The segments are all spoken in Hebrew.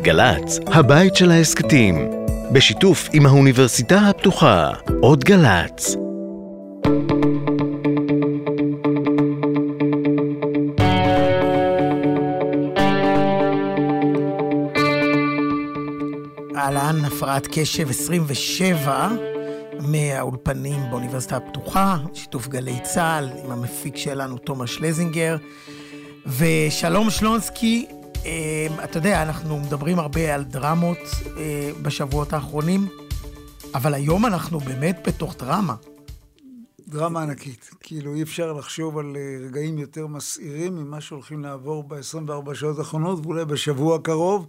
גל"צ, הבית של העסקתים, בשיתוף עם האוניברסיטה הפתוחה, עוד גל"צ. אהלן, הפרעת קשב 27 מהאולפנים באוניברסיטה הפתוחה, שיתוף גלי צה"ל עם המפיק שלנו תומר שלזינגר, ושלום שלונסקי. אתה יודע, אנחנו מדברים הרבה על דרמות בשבועות האחרונים, אבל היום אנחנו באמת בתוך דרמה. דרמה ענקית. כאילו אי אפשר לחשוב על רגעים יותר מסעירים ממה שהולכים לעבור ב-24 שעות האחרונות, ואולי בשבוע הקרוב.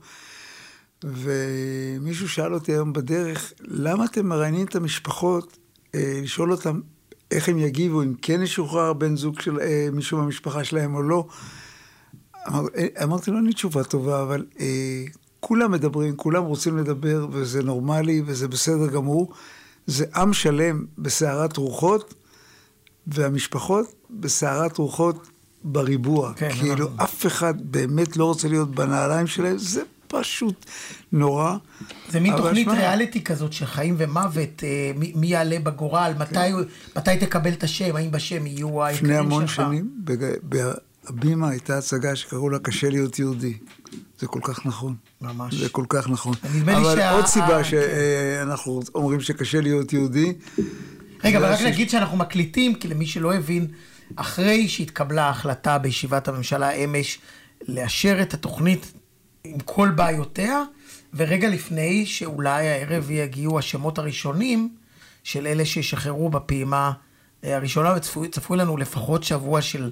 ומישהו שאל אותי היום בדרך, למה אתם מראיינים את המשפחות, לשאול אותם איך הם יגיבו, אם כן ישוחרר בן זוג של מישהו מהמשפחה שלהם או לא. אמרתי לו, אין לי תשובה טובה, אבל כולם מדברים, כולם רוצים לדבר, וזה נורמלי, וזה בסדר גמור. זה עם שלם בסערת רוחות, והמשפחות בסערת רוחות בריבוע. כן, כאילו אף אחד באמת לא רוצה להיות בנעליים שלהם, זה פשוט נורא. זה מין תוכנית ריאליטי כזאת של חיים ומוות, מי יעלה בגורל, מתי תקבל את השם, האם בשם יהיו היקרים שלך. לפני המון שנים, בהבימה הייתה הצגה שקראו לה קשה להיות יהודי. זה כל כך נכון. ממש. זה כל כך נכון. אבל עוד סיבה שאנחנו אומרים שקשה להיות יהודי. רגע, אבל רק נגיד שאנחנו מקליטים, כי למי שלא הבין, אחרי שהתקבלה ההחלטה בישיבת הממשלה אמש, לאשר את התוכנית עם כל בעיותיה, ורגע לפני שאולי הערב יגיעו השמות הראשונים של אלה ששחררו בפעימה הראשונה, וצפו לנו לפחות שבוע של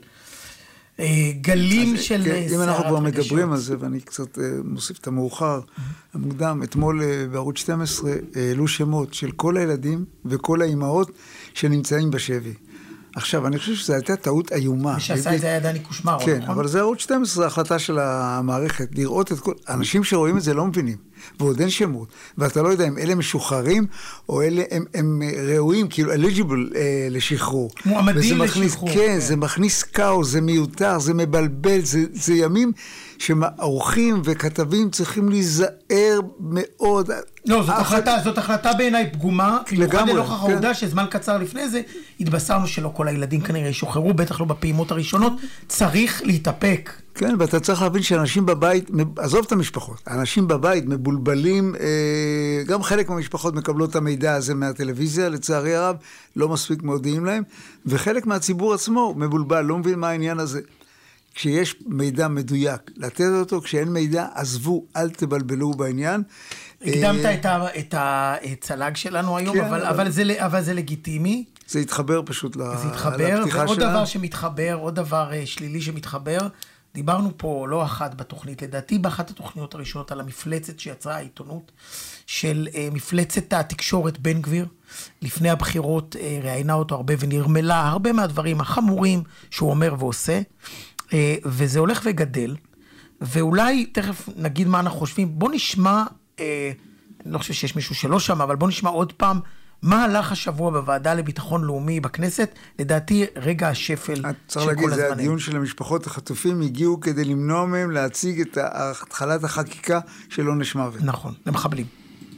גלים של סערת. אם אנחנו כבר מדברים על זה, ואני קצת מוסיף את המאוחר, המוקדם, אתמול בערוץ 12 העלו שמות של כל הילדים וכל האימהות שנמצאים בשבי. עכשיו, אני חושב שזו הייתה טעות איומה. מי שעשה את זה היה דני קושמרו, כן, נכון? אבל זה ערוץ 12, זה החלטה של המערכת, לראות את כל... אנשים שרואים את זה לא מבינים, ועוד אין שמות, ואתה לא יודע אם אלה משוחררים, או אלה הם ראויים, כאילו eligible לשחרור. מועמדים לשחרור. כן, זה מכניס כאוס, זה מיותר, זה מבלבל, זה ימים שמעורכים וכתבים צריכים להיזהר מאוד. לא, זאת החלטה בעיניי פגומה, במיוחד לנוכח העובדה שזמן קצר לפני זה, התבשרנו שלא כל הילדים כנראה ישוחררו, בטח לא בפעימות הראשונות, צריך להתאפק. כן, ואתה צריך להבין שאנשים בבית, עזוב את המשפחות, האנשים בבית מבולבלים, גם חלק מהמשפחות מקבלות את המידע הזה מהטלוויזיה, לצערי הרב, לא מספיק מודיעים להם, וחלק מהציבור עצמו מבולבל, לא מבין מה העניין הזה. כשיש מידע מדויק, לתת אותו, כשאין מידע, עזבו, אל תבלבלו בעניין. הקדמת את הצלג שלנו היום, אבל זה לגיטימי. זה התחבר פשוט לפתיחה שלה. זה התחבר, ועוד דבר שמתחבר, עוד דבר שלילי שמתחבר, דיברנו פה לא אחת בתוכנית, לדעתי באחת התוכניות הראשונות על המפלצת שיצרה העיתונות, של מפלצת התקשורת בן גביר, לפני הבחירות ראיינה אותו הרבה ונרמלה הרבה מהדברים החמורים שהוא אומר ועושה, וזה הולך וגדל, ואולי תכף נגיד מה אנחנו חושבים, בוא נשמע, אני לא חושב שיש מישהו שלא שם, אבל בוא נשמע עוד פעם, מה הלך השבוע בוועדה לביטחון לאומי בכנסת, לדעתי רגע השפל של כל הזמנים. צריך להגיד, זה הדיון של המשפחות החטופים, הגיעו כדי למנוע מהם להציג את התחלת החקיקה של עונש מוות. נכון, למחבלים.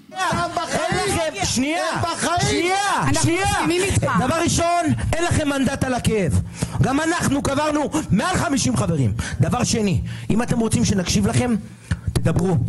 שנייה, דבר ראשון, אין לכם מנדט על הכאב. גם אנחנו קברנו מעל 50 חברים. דבר שני, אם אתם רוצים שנקשיב לכם, תדברו.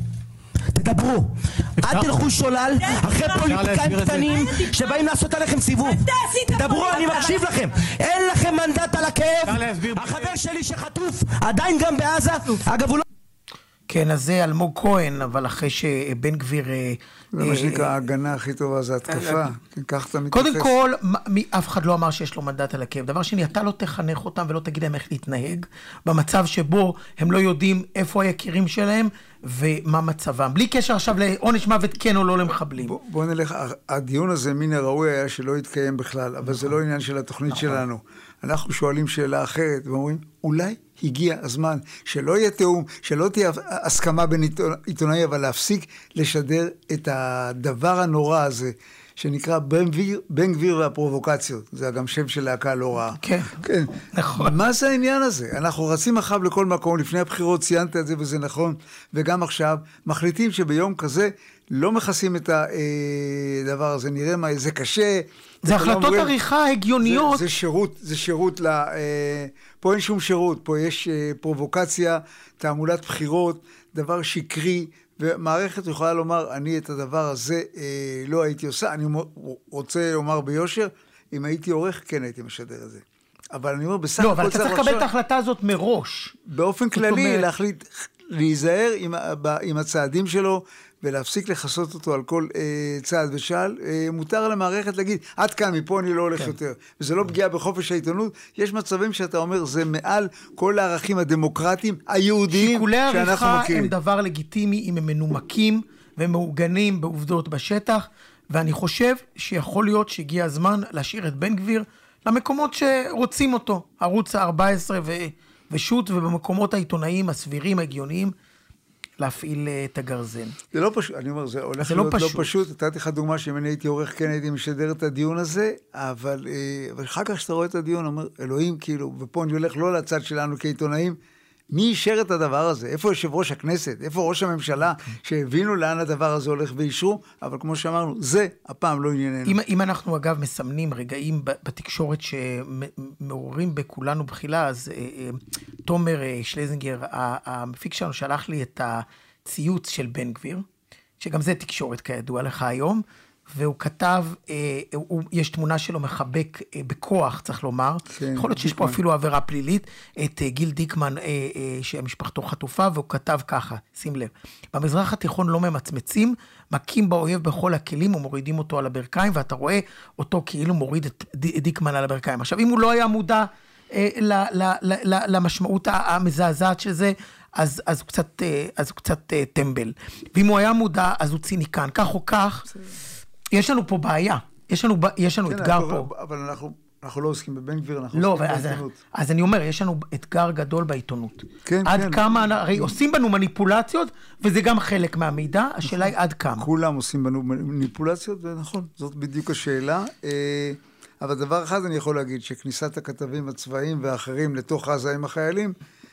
אל תלכו שולל אחרי פוליטיקאים קטנים שבאים לעשות עליכם סיבוב. תדברו, אני מקשיב לכם. אין לכם מנדט על הכאב. החבר שלי שחטוף עדיין גם בעזה, אגב הוא לא... כן, אז זה אלמוג כהן, אבל אחרי שבן גביר... זה מה שנקרא, ההגנה הכי טובה זה התקפה. כך אתה מתייחס. קודם כל, אף אחד לא אמר שיש לו מנדט על הכאב. דבר שני, אתה לא תחנך אותם ולא תגיד להם איך להתנהג, במצב שבו הם לא יודעים איפה היקירים שלהם ומה מצבם. בלי קשר עכשיו לעונש מוות כן או לא למחבלים. בוא נלך, הדיון הזה מן הראוי היה שלא יתקיים בכלל, אבל זה לא עניין של התוכנית שלנו. אנחנו שואלים שאלה אחרת ואומרים, אולי הגיע הזמן שלא יהיה תאום, שלא תהיה הסכמה בין עיתונאי, אבל להפסיק לשדר את הדבר הנורא הזה שנקרא בן גביר והפרובוקציות. זה גם שם של להקה לא רעה. כן, כן. נכון. מה זה העניין הזה? אנחנו רצים אחריו לכל מקום, לפני הבחירות ציינת את זה וזה נכון, וגם עכשיו, מחליטים שביום כזה לא מכסים את הדבר הזה, נראה מה, זה קשה. זה החלטות עריכה הגיוניות. זה שירות, פה אין שום שירות, פה יש פרובוקציה, תעמולת בחירות, דבר שקרי, ומערכת יכולה לומר, אני את הדבר הזה לא הייתי עושה, אני רוצה לומר ביושר, אם הייתי עורך, כן הייתי משדר את זה. אבל אני אומר, בסך לא, אבל אתה צריך לקבל את ההחלטה הזאת מראש. באופן כללי, להחליט, להיזהר עם הצעדים שלו, ולהפסיק לחסות אותו על כל צעד ושאל, מותר למערכת להגיד, עד כאן, מפה אני לא הולך יותר. וזה לא פגיעה בחופש העיתונות. יש מצבים שאתה אומר, זה מעל כל הערכים הדמוקרטיים, היהודיים, שיקולי העריכה הם דבר לגיטימי, אם הם מנומקים ומעוגנים בעובדות בשטח, ואני חושב שיכול להיות שהגיע הזמן להשאיר את בן גביר למקומות שרוצים אותו, ערוץ ה-14 ושוט, ובמקומות העיתונאיים הסבירים, הגיוניים, להפעיל את הגרזן. זה לא פשוט, אני אומר, זה הולך להיות לא פשוט. נתתי לך דוגמה שאם אני הייתי עורך, כן הייתי משדר את הדיון הזה, אבל אחר כך שאתה רואה את הדיון, אומר, אלוהים כאילו, ופה אני הולך לא לצד שלנו כעיתונאים, מי אישר את הדבר הזה? איפה יושב ראש הכנסת? איפה ראש הממשלה? שהבינו לאן הדבר הזה הולך ואישרו, אבל כמו שאמרנו, זה הפעם לא ענייננו. אם אנחנו אגב מסמנים רגעים בתקשורת שמעוררים בכולנו בחילה, אז תומר שלזינגר, המפיק שלנו, שלח לי את הציוץ של בן גביר, שגם זה תקשורת כידוע לך היום, והוא כתב, יש תמונה שלו מחבק בכוח, צריך לומר, יכול להיות שיש פה אפילו עבירה פלילית, את גיל דיקמן, שמשפחתו חטופה, והוא כתב ככה, שים לב, במזרח התיכון לא ממצמצים, מכים באויב בכל הכלים ומורידים אותו על הברכיים, ואתה רואה אותו כאילו מוריד את דיקמן על הברכיים. עכשיו, אם הוא לא היה מודע למשמעות המזעזעת של זה, אז הוא קצת טמבל. ואם הוא היה מודע, אז הוא ציניקן. כך או כך, יש לנו פה בעיה, יש לנו אתגר פה. אבל אנחנו לא עוסקים בבן גביר, אנחנו לא, עוסקים בעיתונות. אז אני אומר, יש לנו אתגר גדול בעיתונות. כן, עד כמה, הרי עושים בנו מניפולציות, וזה גם חלק מהמידע, השאלה היא עד כמה. כולם עושים בנו מניפולציות, ונכון, זאת בדיוק השאלה. אבל דבר אחד אני יכול להגיד, שכניסת הכתבים הצבאיים והאחרים לתוך עזה עם החיילים,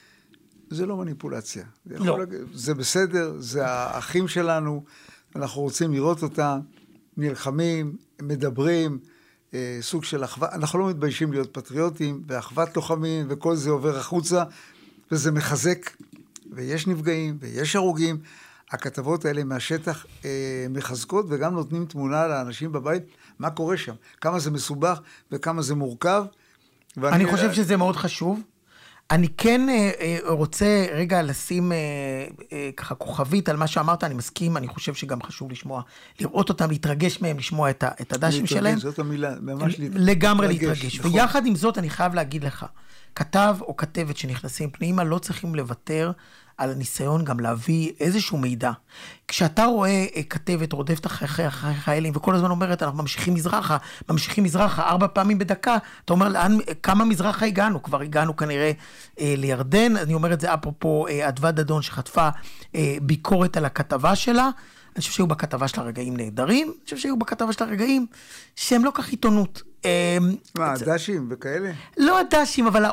זה לא מניפולציה. לא. זה בסדר, זה האחים שלנו, אנחנו רוצים לראות אותם, נלחמים, מדברים, סוג של אחווה. אנחנו לא מתביישים להיות פטריוטים, ואחוות לוחמים, וכל זה עובר החוצה, וזה מחזק, ויש נפגעים, ויש הרוגים. הכתבות האלה מהשטח מחזקות, וגם נותנים תמונה לאנשים בבית, מה קורה שם, כמה זה מסובך, וכמה זה מורכב. אני חושב שזה מאוד חשוב. אני כן רוצה רגע לשים ככה כוכבית על מה שאמרת, אני מסכים, אני חושב שגם חשוב לשמוע, לראות אותם, להתרגש מהם, לשמוע את הדשים שלהם. זאת המילה, ממש לגמרי להתרגש. ויחד עם זאת אני חייב להגיד לך, כתב או כתבת שנכנסים פנימה, לא צריכים לוותר על הניסיון גם להביא איזשהו מידע. כשאתה רואה כתבת רודפת אחרי חיילים, וכל הזמן אומרת, אנחנו ממשיכים מזרחה 4 פעמים בדקה, אתה אומר, כמה מזרחה הגענו? כבר הגענו כנראה לירדן, אני אומר את זה אפרופו אדווה דדון שחטפה ביקורת על הכתבה שלה, אני חושב שהיו בכתבה של הרגעים נהדרים, אני חושב שהיו בכתבה של הרגעים שהם לא כך עיתונות. מה, הדשים וכאלה? לא הדשים, אבל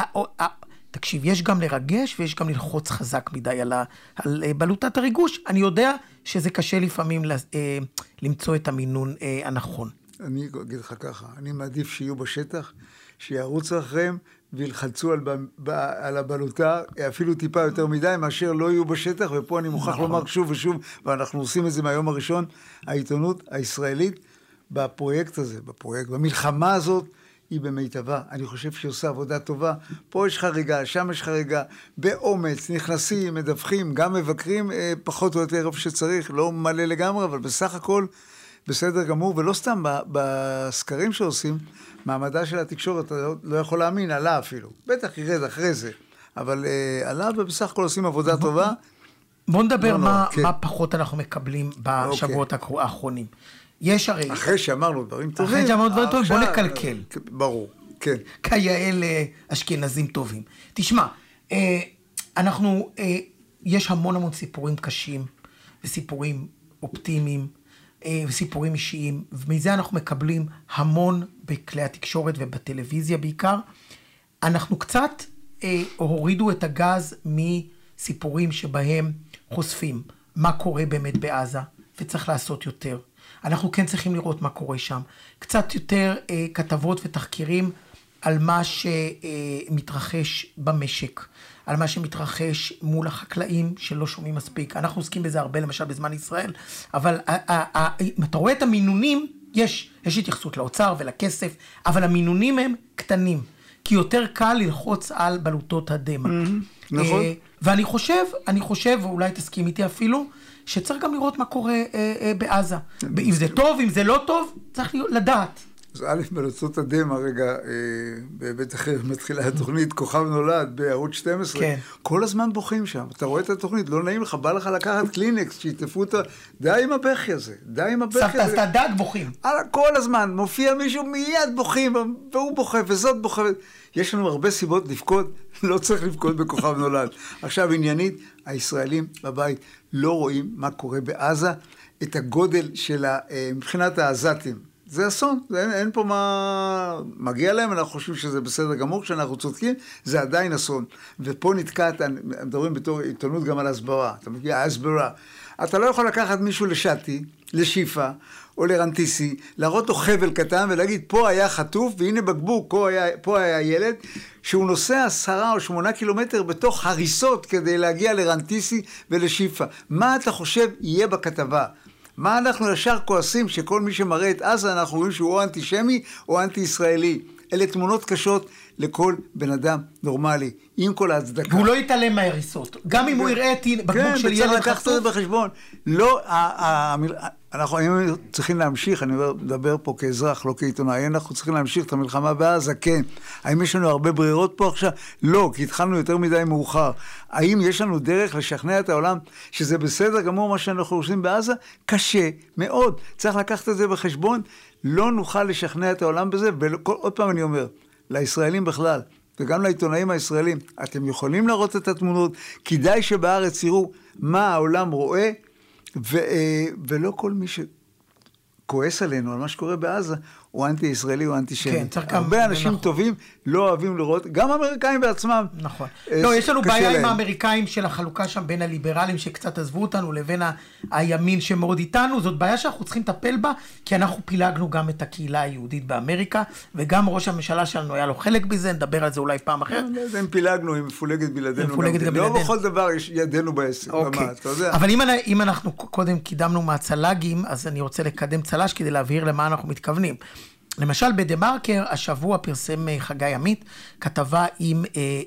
תקשיב, יש גם לרגש ויש גם ללחוץ חזק מדי על בלוטת הריגוש. אני יודע שזה קשה לפעמים למצוא את המינון הנכון. אני אגיד לך ככה, אני מעדיף שיהיו בשטח, שיערוצו אחריהם וילחצו על הבלוטה, אפילו טיפה יותר מדי, מאשר לא יהיו בשטח, ופה אני מוכרח לומר שוב ושוב, ואנחנו עושים את זה מהיום הראשון, העיתונות הישראלית בפרויקט הזה, במלחמה הזאת, היא במיטבה. אני חושב שהיא עושה עבודה טובה. פה יש חריגה, שם יש חריגה, באומץ, נכנסים, מדווחים, גם מבקרים פחות או יותר איפה שצריך, לא מלא לגמרי, אבל בסך הכל בסדר גמור, ולא סתם בסקרים שעושים, מעמדה של התקשורת, לא יכול להאמין, עלה אפילו. בטח ירד אחרי זה, אבל עלה ובסך הכל עושים עבודה טובה. בוא נדבר מה פחות אנחנו מקבלים בשבועות האחרונים. יש הרי... אחרי שאמרנו דברים טובים. אחרי שאמרנו דברים טובים, בוא נקלקל. ברור, כן. כיעל אשכנזים טובים. תשמע, יש המון סיפורים קשים, וסיפורים אופטימיים, סיפורים אישיים, ומזה אנחנו מקבלים המון בכלי התקשורת ובטלוויזיה בעיקר. אנחנו קצת הורידו את הגז מסיפורים שבהם חושפים מה קורה באמת בעזה, וצריך לעשות יותר. אנחנו כן צריכים לראות מה קורה שם. קצת יותר כתבות ותחקירים על מה שמתרחש במשק, על מה שמתרחש מול החקלאים שלא שומעים מספיק. אנחנו עוסקים בזה הרבה, למשל בזמן ישראל, אבל אם אתה רואה את המינונים, יש התייחסות לאוצר ולכסף, אבל המינונים הם קטנים, כי יותר קל ללחוץ על בלוטות הדמה. נכון. ואני חושב, ואולי תסכים איתי אפילו, שצריך גם לראות מה קורה בעזה. אם זה טוב, אם זה לא טוב, צריך לדעת. אז א', בלוטות הדמה, רגע, בבית אחר מתחילה התוכנית, כוכב נולד בערוץ 12, כן. כל הזמן בוכים שם. אתה רואה את התוכנית, לא נעים לך, בא לך לקחת קלינקס, שיתפו אותה, די עם הבכי הזה, די עם הבכי הזה. סבתא דג בוכים. כל הזמן, מופיע מישהו מיד בוכים, והוא בוכה, וזאת בוכה. יש לנו הרבה סיבות לבכות, לא צריך לבכות בכוכב נולד. עכשיו, עניינית, הישראלים בבית לא רואים מה קורה בעזה, את הגודל של מבחינת העזתים. זה אסון, אין פה מה מגיע להם, אנחנו חושבים שזה בסדר גמור, כשאנחנו צודקים, זה עדיין אסון. ופה נתקעת, מדברים בתור עיתונות גם על הסברה, אתה מגיע, הסברה. אתה לא יכול לקחת מישהו לשתי, לשיפה, או לרנטיסי, להראות לו חבל קטן ולהגיד, פה היה חטוף, והנה בקבוק, פה היה ילד, שהוא נוסע 10 או 8 קילומטר בתוך הריסות כדי להגיע לרנטיסי ולשיפה. מה אתה חושב יהיה בכתבה? מה אנחנו ישר כועסים שכל מי שמראה את עזה אנחנו רואים שהוא או אנטישמי או אנטי-ישראלי. אלה תמונות קשות לכל בן אדם נורמלי, עם כל ההצדקה. והוא לא יתעלם מהריסות. גם אם הוא יראה את בקבוק של ילד חטוף. כן, לקחת את זה בחשבון. לא, אנחנו צריכים להמשיך, אני מדבר פה כאזרח, לא כעיתונאי, אנחנו צריכים להמשיך את המלחמה בעזה, כן. האם יש לנו הרבה ברירות פה עכשיו? לא, כי התחלנו יותר מדי מאוחר. האם יש לנו דרך לשכנע את העולם שזה בסדר גמור מה שאנחנו עושים בעזה? קשה מאוד. צריך לקחת את זה בחשבון. לא נוכל לשכנע את העולם בזה, ועוד פעם אני אומר, לישראלים בכלל, וגם לעיתונאים הישראלים, אתם יכולים להראות את התמונות, כדאי שבארץ יראו מה העולם רואה, ולא כל מי שכועס עלינו על מה שקורה בעזה, הוא אנטי-ישראלי או אנטישמי. כן, הרבה אנשים טובים לא אוהבים לראות, גם האמריקאים בעצמם. נכון. לא, יש לנו בעיה עם האמריקאים של החלוקה שם בין הליברלים שקצת עזבו אותנו, לבין הימין שמאוד איתנו. זאת בעיה שאנחנו צריכים לטפל בה, כי אנחנו פילגנו גם את הקהילה היהודית באמריקה, וגם ראש הממשלה שלנו היה לו חלק בזה, נדבר על זה אולי פעם אחרת. לא יודע, הם פילגנו, הם מפולגת בלעדינו. לא בכל דבר יש ידינו בעסק. אבל אם אנחנו קודם קידמנו מהצלגים, אז אני רוצה לקדם צלש כדי להבהיר למה אנחנו מתכוונים. למשל, בדה-מרקר, השבוע פרסם חגי עמית, כתבה עם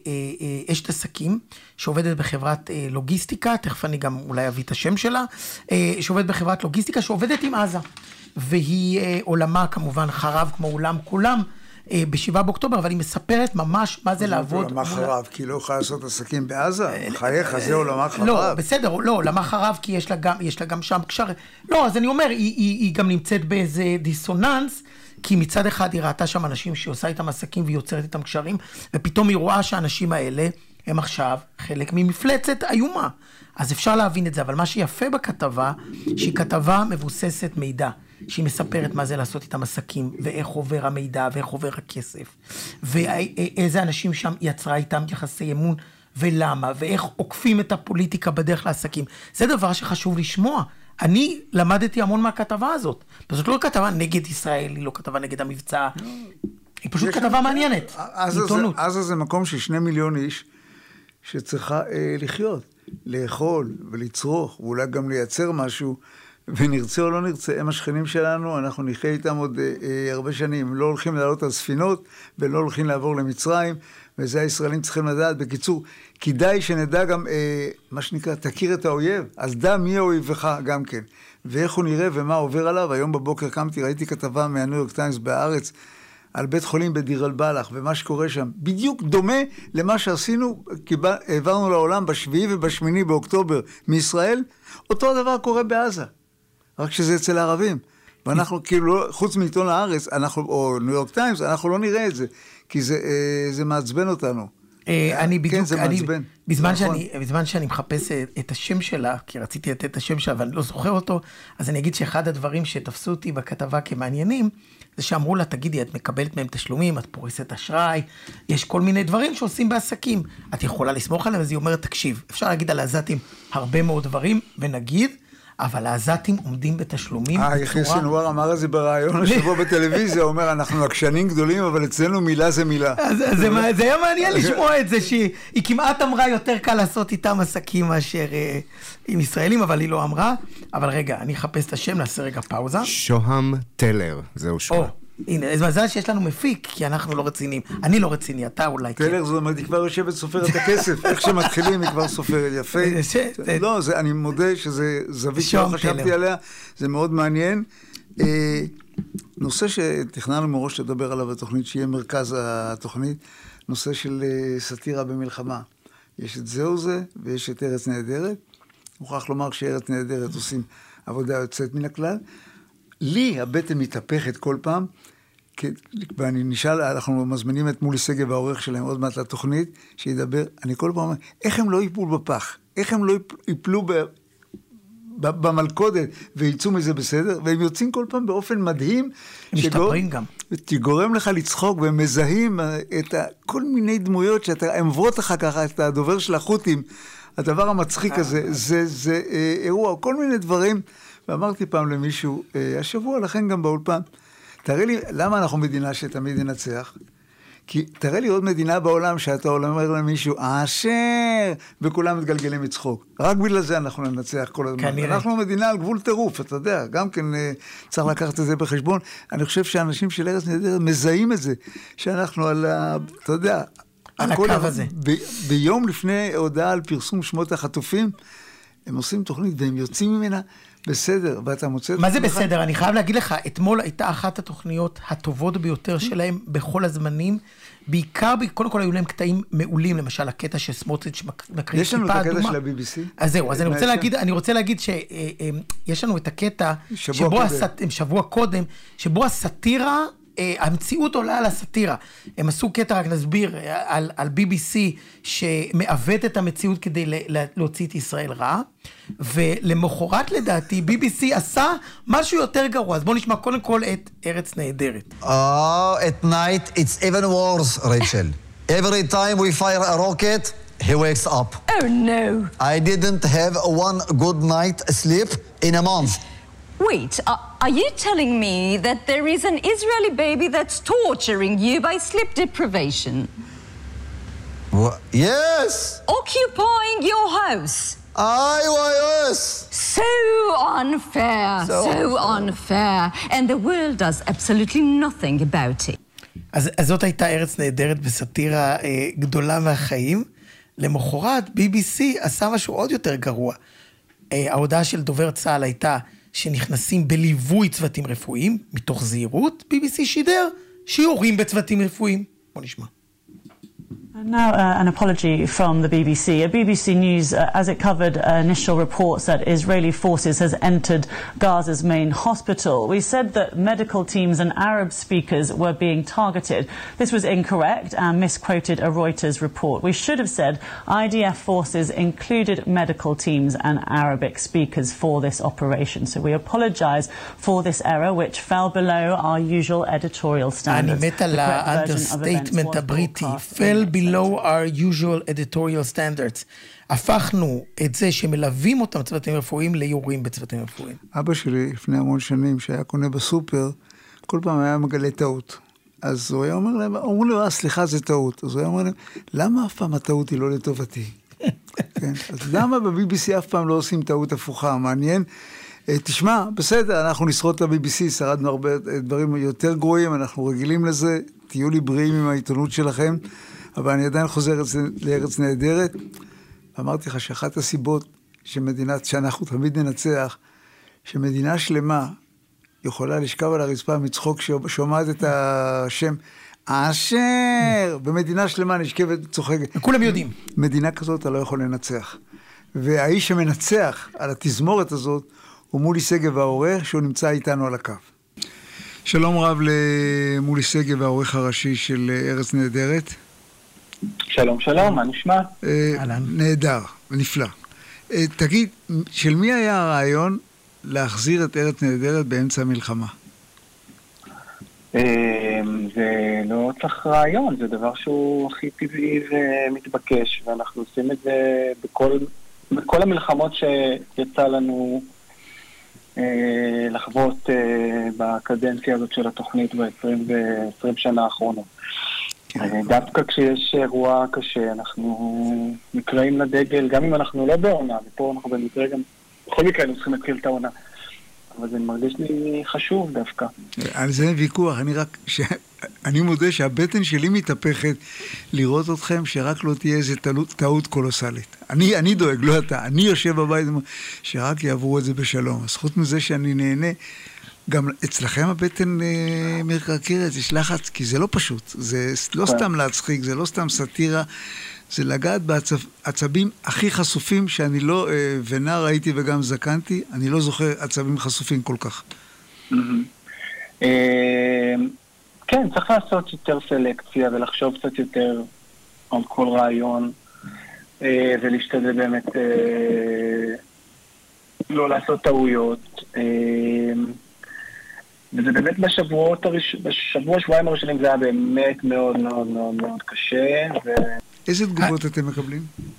אשת עסקים, שעובדת בחברת לוגיסטיקה, תכף אני גם אולי אביא את השם שלה, שעובדת בחברת לוגיסטיקה, שעובדת עם עזה. והיא עולמה כמובן חרב כמו עולם כולם, ב7 באוקטובר, אבל היא מספרת ממש מה זה לעבוד. עולמה חרב, כי לא יכולה לעשות עסקים בעזה? חייך, זה עולמה חרב. לא, בסדר, לא, עולמה חרב, כי יש לה גם שם קשר. לא, אז אני אומר, היא גם נמצאת באיזה דיסוננס, כי מצד אחד היא ראתה שם אנשים שעושה איתם עסקים והיא יוצרת איתם קשרים, ופתאום היא רואה שהאנשים האלה הם עכשיו חלק ממפלצת איומה. אז אפשר להבין את זה, אבל מה שיפה בכתבה, שהיא כתבה מבוססת מידע, שהיא מספרת מה זה לעשות איתם עסקים, ואיך עובר המידע, ואיך עובר הכסף, ואיזה אנשים שם יצרה איתם יחסי אמון, ולמה, ואיך עוקפים את הפוליטיקה בדרך לעסקים. זה דבר שחשוב לשמוע. אני למדתי המון מהכתבה הזאת. פשוט לא כתבה נגד ישראל, היא לא כתבה נגד המבצע. היא פשוט כתבה מעניינת. עזה זה מקום של 2 מיליון איש שצריכה לחיות, לאכול ולצרוך, ואולי גם לייצר משהו, ונרצה או לא נרצה, הם השכנים שלנו, אנחנו נחיה איתם עוד הרבה שנים. הם לא הולכים לעלות על ספינות, ולא הולכים לעבור למצרים, וזה הישראלים צריכים לדעת. בקיצור, כדאי שנדע גם, מה שנקרא, תכיר את האויב, אז דע מי אויבך גם כן, ואיך הוא נראה ומה עובר עליו. היום בבוקר קמתי, ראיתי כתבה מהניו יורק טיימס בהארץ, על בית חולים בדיר אל-בלח, ומה שקורה שם, בדיוק דומה למה שעשינו, כי העברנו לעולם ב7 וב8 באוקטובר מישראל, אותו דבר קורה בעזה, רק שזה אצל הערבים. ואנחנו כאילו, חוץ מעיתון הארץ, או ניו יורק טיימס, אנחנו לא נראה את זה, כי זה מעצבן אותנו. אני בדיוק, כן, זה מעצבן. בזמן שאני מחפש את השם שלה, כי רציתי לתת את השם שלה, ואני לא זוכר אותו, אז אני אגיד שאחד הדברים שתפסו אותי בכתבה כמעניינים, זה שאמרו לה, תגידי, את מקבלת מהם תשלומים, את פורסת אשראי, יש כל מיני דברים שעושים בעסקים. את יכולה לסמוך עליהם, אז היא אומרת, תקשיב, אפשר להגיד על העזתים הרבה מאוד דברים, ונגיד, אבל העזתים עומדים בתשלומים בצורה... יחיא סנוואר אמר את זה ברעיון השבוע בטלוויזיה, הוא אומר, אנחנו עקשנים גדולים, אבל אצלנו מילה זה מילה. זה היה מעניין לשמוע את זה, שהיא כמעט אמרה יותר קל לעשות איתם עסקים מאשר עם ישראלים, אבל היא לא אמרה. אבל רגע, אני אחפש את השם, נעשה רגע פאוזה. שוהם טלר, זהו שמה. הנה, אז מזל שיש לנו מפיק, כי אנחנו לא רציניים. אני לא רציני, אתה אולי כן. טלר, זאת אומרת, היא כבר יושבת סופרת את הכסף. איך שמתחילים, היא כבר סופרת. יפה. לא, אני מודה שזה זווית שלא חשבתי עליה. זה מאוד מעניין. נושא שתכננו מראש לדבר עליו בתוכנית, שיהיה מרכז התוכנית, נושא של סאטירה במלחמה. יש את זהו זה, ויש את ארץ נהדרת. מוכרח לומר שארץ נהדרת עושים עבודה יוצאת מן הכלל. לי הבטן מתהפכת כל פעם, ואני נשאל, אנחנו מזמינים את מולי סגב העורך שלהם עוד מעט לתוכנית, שידבר, אני כל פעם אומר, איך הם לא ייפלו בפח? איך הם לא ייפלו במלכודת ויצאו מזה בסדר? והם יוצאים כל פעם באופן מדהים. הם משתפרים גם. שגורם לך לצחוק, והם מזהים את כל מיני דמויות, שהם עוברות לך ככה, את הדובר של החות'ים, הדבר המצחיק הזה, זה אירוע, כל מיני דברים. ואמרתי פעם למישהו, השבוע לכן גם באולפן, תראה לי, למה אנחנו מדינה שתמיד ינצח? כי תראה לי עוד מדינה בעולם שאתה אומר למישהו, אשר, וכולם מתגלגלים מצחוק. רק בגלל זה אנחנו ננצח כל הזמן. כנראה. אנחנו מדינה על גבול טירוף, אתה יודע, גם כן צריך לקחת את זה בחשבון. אני חושב שאנשים של ארץ נהדרת מזהים את זה, שאנחנו על אתה יודע, על הקו הזה. ביום לפני הודעה על פרסום שמות החטופים, הם עושים תוכנית והם יוצאים ממנה, בסדר, ואתה מוצא... מה זה בסדר? אני חייב להגיד לך, אתמול הייתה אחת התוכניות הטובות ביותר שלהם בכל הזמנים, בעיקר, קודם כל היו להם קטעים מעולים, למשל הקטע שסמוטריץ' מקריא יש לנו את הקטע של ה-BBC? אז זהו, אז אני רוצה להגיד שיש לנו את הקטע שבוע קודם, שבו הסאטירה, המציאות עולה על הסאטירה. הם עשו קטע, רק נסביר, על BBC שמעוות את המציאות כדי להוציא את ישראל רע, ולמחרת לדעתי BBC עשה משהו יותר גרוע. אז בואו נשמע קודם כל את ארץ נהדרת. At night it's even worse, Rachel. Every time we fire a rocket, he wakes up. Oh no. I didn't have one good night sleep in a month. Wait, are you telling me that there is an Israeli baby that's torturing you by sleep deprivation? Yes! Occupying your house? Yes! So unfair, so unfair. And the world does absolutely nothing about it. אז זאת הייתה ארץ נהדרת בסאטירה גדולה מהחיים. למחרת, BBC עשה משהו עוד יותר גרוע. ההודעה של דובר צה"ל הייתה שנכנסים בליווי צוותים רפואיים, מתוך זהירות, BBC שידר שיורים בצוותים רפואיים. בוא נשמע. And now an apology from the BBC. BBC News, as it covered initial reports that Israeli forces has entered Gaza's main hospital. We said that medical teams and Arab speakers were being targeted. This was incorrect and misquoted a Reuters report. We should have said IDF forces included medical teams and Arabic speakers for this operation. So we apologize for this error, which fell below our usual editorial standards. אני מת על האנדרסטייטמנט הבריטי. fell below our usual editorial standards. הפכנו את זה שמלווים אותם צוותים רפואיים ליורים בצוותים רפואיים. אבא שלי, לפני המון שנים, שהיה קונה בסופר, כל פעם היה מגלה טעות. אז הוא היה אומר להם, אמרו לו, סליחה, זה טעות. אז הוא היה אומר להם, למה אף פעם הטעות היא לא לטובתי? כן? אז למה ב-BBC אף פעם לא עושים טעות הפוכה? מעניין. תשמע, בסדר, אנחנו נשרוד את ה-BBC, שרדנו הרבה דברים יותר גרועים, אנחנו רגילים לזה, תהיו לי בריאים עם העיתונות שלכם, אבל אני עדיין חוזר לארץ נהדרת. אמרתי לך שאחת הסיבות שאנחנו תמיד ננצח, שמדינה שלמה יכולה לשכב על הרצפה מצחוק שומעת את השם אשר, במדינה שלמה נשכבת צוחקת. כולם יודעים. מדינה כזאת אתה לא יכול לנצח. והאיש שמנצח על התזמורת הזאת, הוא מולי סגב העורך, שהוא נמצא איתנו על הקו. שלום רב למולי סגב העורך הראשי של ארץ נהדרת. שלום, שלום, מה נשמע? נהדר, נפלא. תגיד, של מי היה הרעיון להחזיר את ארץ נהדרת באמצע המלחמה? זה לא צריך רעיון, זה דבר שהוא הכי טבעי ומתבקש, ואנחנו עושים את זה בכל המלחמות שיצא לנו לחוות בקדנציה הזאת של התוכנית ב-20 שנה האחרונות. דווקא כשיש אירוע קשה, אנחנו נקראים לדגל, גם אם אנחנו לא בעונה, ופה אנחנו במקרה גם, בכל מקרה אנחנו צריכים להתחיל את העונה. אבל זה מרגיש לי חשוב דווקא. על זה ויכוח, אני מודה שהבטן שלי מתהפכת לראות אתכם, שרק לא תהיה איזו טעות קולוסלית. אני דואג, לא אתה. אני יושב בבית, שרק יעברו את זה בשלום. אז חוץ מזה שאני נהנה, גם אצלכם הבטן מקרקרת, יש לחץ, כי זה לא פשוט. זה לא סתם להצחיק, זה לא סתם סאטירה, זה לגעת בעצבים הכי חשופים שאני לא, ונער הייתי וגם זקנתי, אני לא זוכר עצבים חשופים כל כך. כן, צריך לעשות יותר סלקציה ולחשוב קצת יותר על כל רעיון, ולהשתדל באמת לא לעשות טעויות. וזה באמת בשבוע-שבועיים הראשונים זה היה באמת מאוד מאוד מאוד מאוד קשה. איזה תגובות אתם מקבלים?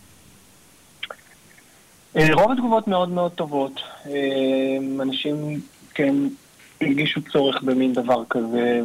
רוב התגובות מאוד מאוד טובות. אנשים כן הרגישו צורך במין דבר כזה,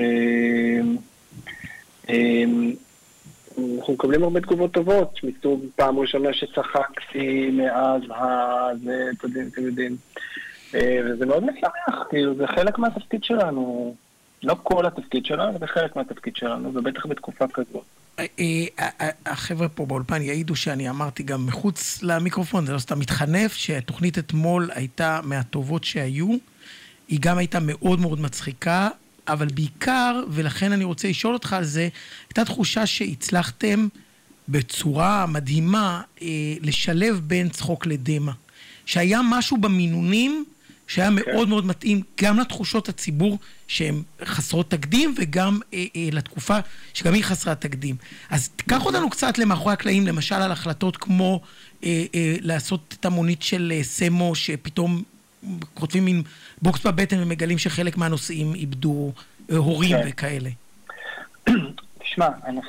אנחנו מקבלים הרבה תגובות טובות, מסוג פעם ראשונה שצחקתי מאז אתם יודעים. וזה מאוד משמח, כאילו זה חלק מהתפקיד שלנו, לא כל התפקיד שלנו, זה חלק מהתפקיד שלנו, ובטח בתקופה כזאת. החבר'ה פה באולפן יעידו שאני אמרתי גם מחוץ למיקרופון, זה לא סתם מתחנף, שהתוכנית אתמול הייתה מהטובות שהיו, היא גם הייתה מאוד מאוד מצחיקה, אבל בעיקר, ולכן אני רוצה לשאול אותך על זה, הייתה תחושה שהצלחתם בצורה מדהימה לשלב בין צחוק לדמה. שהיה משהו במינונים שהיה מאוד מאוד מתאים גם לתחושות הציבור שהן חסרות תקדים וגם לתקופה שגם היא חסרת תקדים. אז תיקח אותנו קצת למאחורי הקלעים, למשל על החלטות כמו לעשות את המונית של סמו שפתאום כותבים מין בוקס בבטן ומגלים שחלק מהנושאים איבדו הורים וכאלה. תשמע,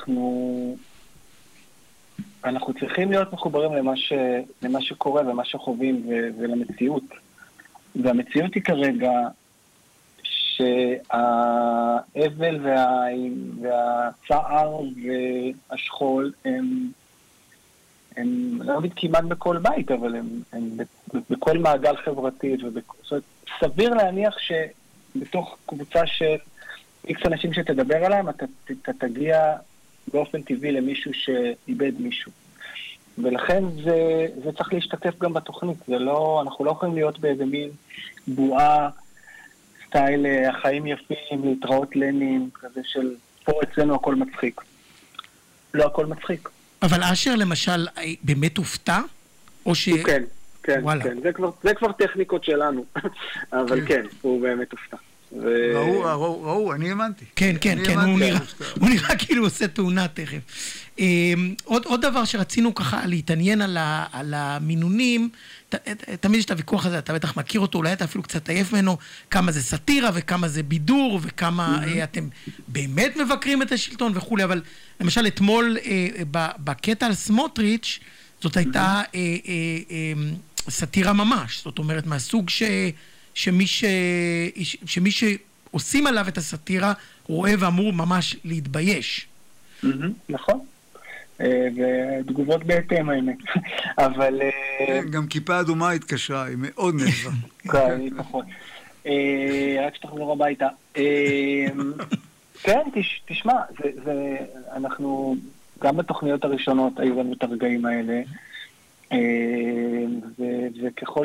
אנחנו צריכים להיות מחוברים למה שקורה ומה שחווים ולמציאות. והמציאות היא כרגע שהאבל והצער והשכול הם לא נגיד כמעט בכל בית, אבל הם בכל מעגל חברתי. סביר להניח שבתוך קבוצה של איקס אנשים שתדבר עליהם, אתה תגיע באופן טבעי למישהו שאיבד מישהו. ולכן זה צריך להשתתף גם בתוכנית. אנחנו לא יכולים להיות באיזה מין בועה, סטייל החיים יפים, להתראות לנים, כזה של פה אצלנו הכל מצחיק. לא הכל מצחיק. אבל אשר למשל באמת הופתע? או ש... כן, כן, כן. זה כבר טכניקות שלנו. אבל כן, הוא באמת הופתע. ראו, אני האמנתי. כן, כן, כן, הוא נראה כאילו עושה תאונה תכף. עוד דבר שרצינו ככה להתעניין על המינונים, תמיד יש את הוויכוח הזה, אתה בטח מכיר אותו, אולי אתה אפילו קצת עייף ממנו, כמה זה סאטירה וכמה זה בידור וכמה אתם באמת מבקרים את השלטון וכו', אבל למשל אתמול בקטע על סמוטריץ' זאת הייתה סאטירה ממש, זאת אומרת מהסוג שמי שעושים עליו את הסאטירה רואה ואמור ממש להתבייש. נכון. ותגובות בהתאם האמת. אבל... גם כיפה אדומה התקשרה, היא מאוד נעזרה. כן, נכון. רק שתחזור הביתה. כן, תשמע, אנחנו גם בתוכניות הראשונות היו לנו את הרגעים האלה, וככל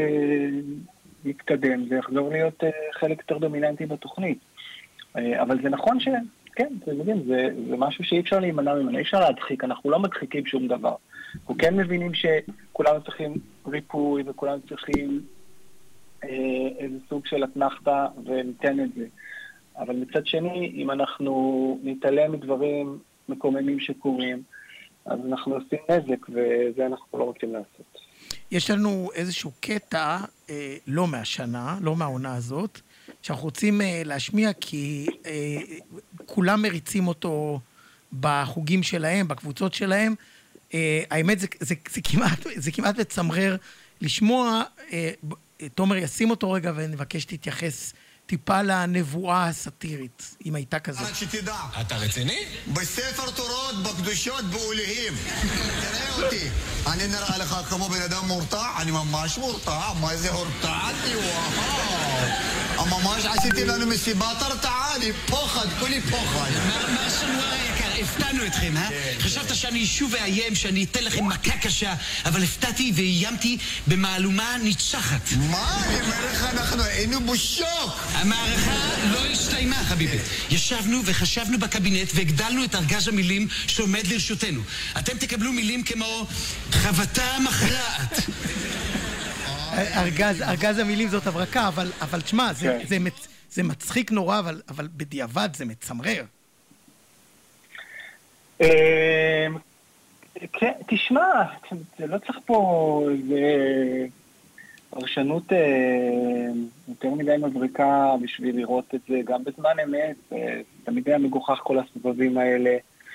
שנתקדם זה יחזור להיות חלק יותר דומיננטי בתוכנית. אבל זה נכון כן, אתם יודעים, זה משהו שאי אפשר להימנע ממנו, אי אפשר להדחיק, אנחנו לא מדחיקים שום דבר. אנחנו כן מבינים שכולנו צריכים ריפוי וכולנו צריכים איזה סוג של אתנחתה וניתן את זה. אבל מצד שני, אם אנחנו נתעלם מדברים מקוממים שקורים, אז אנחנו עושים נזק, וזה אנחנו לא רוצים לעשות. יש לנו איזשהו קטע, לא מהשנה, לא מהעונה הזאת, שאנחנו רוצים להשמיע, כי כולם מריצים אותו בחוגים שלהם, בקבוצות שלהם. האמת, זה כמעט מצמרר לשמוע. תומר ישים אותו רגע ונבקש תתייחס טיפה לנבואה הסאטירית, אם הייתה כזאת. שתדע. אתה רציני? בספר תורות, בקדושות, באולהים. תראה אותי. אני נראה לך כמו בן אדם מורתע? אני ממש מורתע. מה זה הורתעתי? וואו. ממש עשיתי לנו מסיבת הרתעה. אני פוחד, כולי פוחד. מה שנואר היקר, הפתענו אתכם, חשבת שאני שוב איים, שאני אתן לכם מכה קשה, אבל הפתעתי ואיימתי במהלומה ניצחת. מה? אני אומר לך, אנחנו היינו בשוק. המערכה לא הסתיימה, חביבי. ישבנו וחשבנו בקבינט והגדלנו את ארגז המילים שעומד לרשותנו. אתם תקבלו מילים כמו חבטה מכרעת. ארגז המילים זאת הברקה, אבל תשמע, זה מצחיק נורא, אבל בדיעבד זה מצמרר. כן, תשמע, זה לא צריך פה פרשנות יותר מדי מבריקה בשביל לראות את זה, גם בזמן אמת, תמיד היה מגוחך כל הסבבים האלה,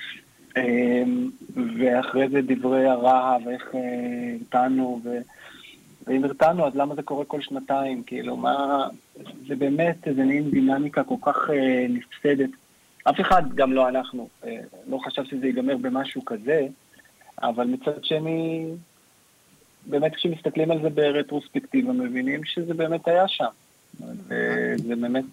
ואחרי זה דברי הרע, ואיך הרתענו, ואם הרתענו, אז למה זה קורה כל שנתיים? כאילו, מה, זה באמת, זה נעים דינמיקה כל כך נפסדת. אף אחד, גם לא אנחנו, לא חשב שזה ייגמר במשהו כזה, אבל מצד שני, באמת כשמסתכלים על זה ברטרוספקטיבה, מבינים שזה באמת היה שם. זה באמת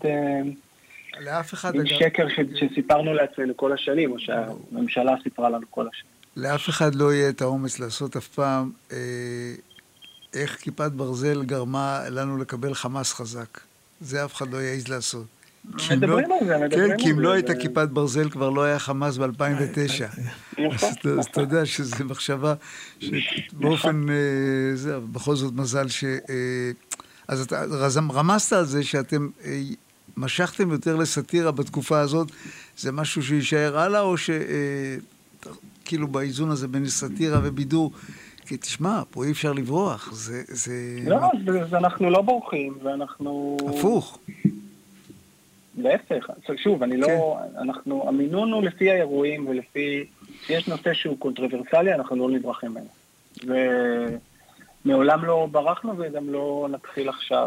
שקר שסיפרנו לעצמנו כל השנים, או שהממשלה סיפרה לנו כל השנים. לאף אחד לא יהיה את האומץ לעשות אף פעם איך כיפת ברזל גרמה לנו לקבל חמאס חזק. זה אף אחד לא יעז לעשות. מדברים על זה, כן, כי אם לא הייתה כיפת ברזל, כבר לא היה חמאס ב-2009. אז אתה יודע שזו מחשבה שבאופן, בכל זאת מזל ש... אז אתה רמזת על זה שאתם משכתם יותר לסאטירה בתקופה הזאת, זה משהו שישאר הלאה, או שכאילו באיזון הזה בין סאטירה ובידור, כי תשמע, פה אי אפשר לברוח, זה... לא, אז אנחנו לא בורחים, ואנחנו... הפוך. להפך, שוב, אני לא, אנחנו, המינון הוא לפי האירועים ולפי, יש נושא שהוא קונטרוברסלי, אנחנו לא נברחים ממנו. ומעולם לא ברחנו וגם לא נתחיל עכשיו,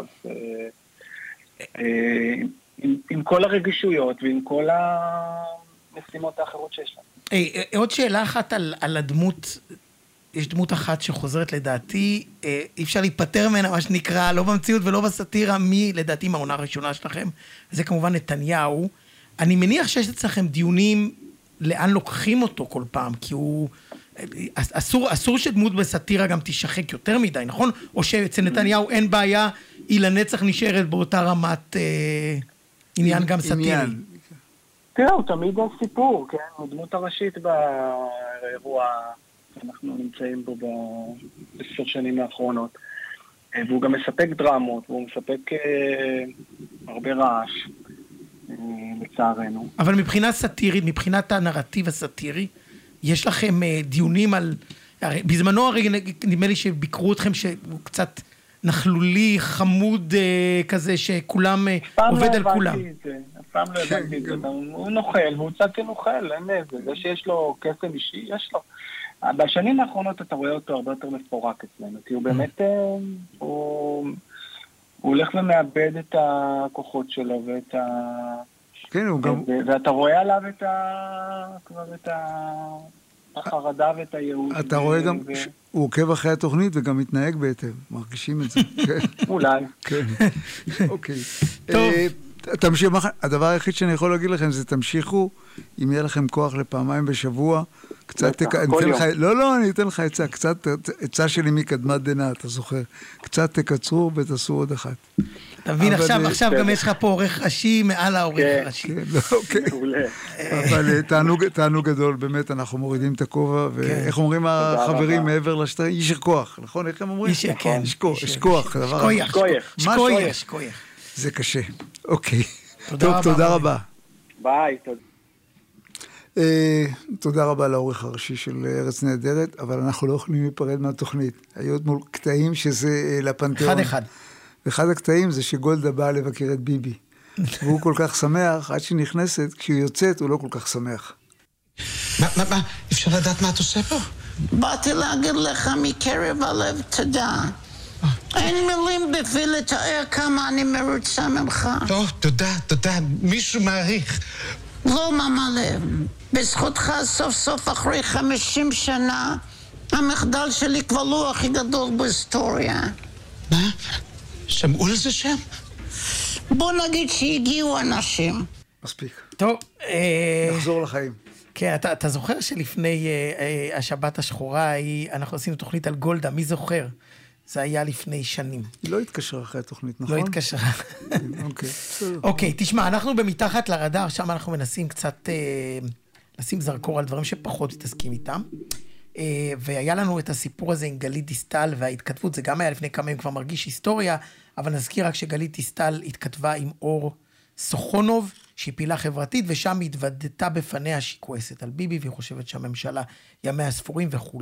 עם כל הרגישויות ועם כל המשימות האחרות שיש לנו. עוד שאלה אחת על הדמות, יש דמות אחת שחוזרת לדעתי, אי אפשר להיפטר ממנה, מה שנקרא, לא במציאות ולא בסאטירה, לדעתי מהעונה הראשונה שלכם, זה כמובן נתניהו. אני מניח שיש אצלכם דיונים לאן לוקחים אותו כל פעם, כי הוא... אסור שדמות בסאטירה גם תשחק יותר מדי, נכון? או שאצל נתניהו אין בעיה, היא לנצח נשארת באותה רמת עניין גם סאטירי. תראה, הוא תמיד סיפור, כן? הוא דמות הראשית באירוע... אנחנו נמצאים בו ב10 שנים האחרונות, והוא גם מספק דרמות, והוא מספק הרבה רעש, לצערנו. אבל מבחינה סאטירית, מבחינת הנרטיב הסאטירי, יש לכם דיונים על... בזמנו הרי נדמה לי שביקרו אתכם שהוא קצת נכלולי, חמוד כזה, שכולם עובד על כולם. אף פעם לא הבנתי את זה. הוא נוכל, והוא צד כנוכל, אין איזה. זה שיש לו קסם אישי, יש לו. בשנים האחרונות אתה רואה אותו הרבה יותר מפורק אצלנו, כי הוא באמת, הוא הולך ומאבד את הכוחות שלו ואת ה... כן, הוא גם... ואתה רואה עליו את החרדה ואת הייאוש. אתה רואה גם, הוא עוקב אחרי התוכנית וגם מתנהג בהתאם, מרגישים את זה. אולי. כן, אוקיי. טוב. הדבר היחיד שאני יכול להגיד לכם זה תמשיכו, אם יהיה לכם כוח לפעמיים בשבוע, קצת, אני אתן לך עצה, קצת עצה שלי מקדמת דנא, אתה זוכר, קצת תקצרו ותעשו עוד אחת. תבין, עכשיו גם יש לך פה עורך ראשי מעל העורך הראשי. אבל תענוג גדול, באמת אנחנו מורידים את הכובע, ואיך אומרים החברים מעבר לשטר, יישר כוח, נכון? איך הם אומרים? יש כוח. שכוייך. זה קשה. אוקיי. טוב, תודה רבה. ביי, תודה. תודה רבה לעורך הראשי של ארץ נהדרת, אבל אנחנו לא יכולים להיפרד מהתוכנית. היו מול קטעים שזה לפנתיאון. אחד. ואחד הקטעים זה שגולדה באה לבקר את ביבי. והוא כל כך שמח, עד שהיא נכנסת, כשהיא יוצאת הוא לא כל כך שמח. מה? אפשר לדעת מה את עושה פה? באתי להגיד לך מקרב הלב תודה. אין מילים בשביל לתאר כמה אני מרוצה ממך. טוב, תודה. מישהו מעריך. לא ממלא. בזכותך סוף סוף אחרי 50 שנה, המחדל שלי כבר לא הכי גדול בהיסטוריה. מה? שמעו לזה שם? בוא נגיד שהגיעו אנשים. מספיק. טוב. נחזור לחיים. כן, אתה זוכר שלפני השבת השחורה, אנחנו עשינו תוכנית על גולדה, מי זוכר? זה היה לפני שנים. היא לא התקשרה אחרי התוכנית, נכון? לא התקשרה. אוקיי, תשמע, אנחנו במתחת לרדאר, שם אנחנו מנסים קצת לשים זרקור על דברים שפחות מתעסקים איתם. והיה לנו את הסיפור הזה עם גלית דיסטל וההתכתבות, זה גם היה לפני כמה ימים כבר מרגיש היסטוריה, אבל נזכיר רק שגלית דיסטל התכתבה עם אור סוכונוב, שהיא פעילה חברתית, ושם היא התוודתה בפניה שהיא כועסת על ביבי, והיא חושבת שהממשלה ימיה ספורים וכו'.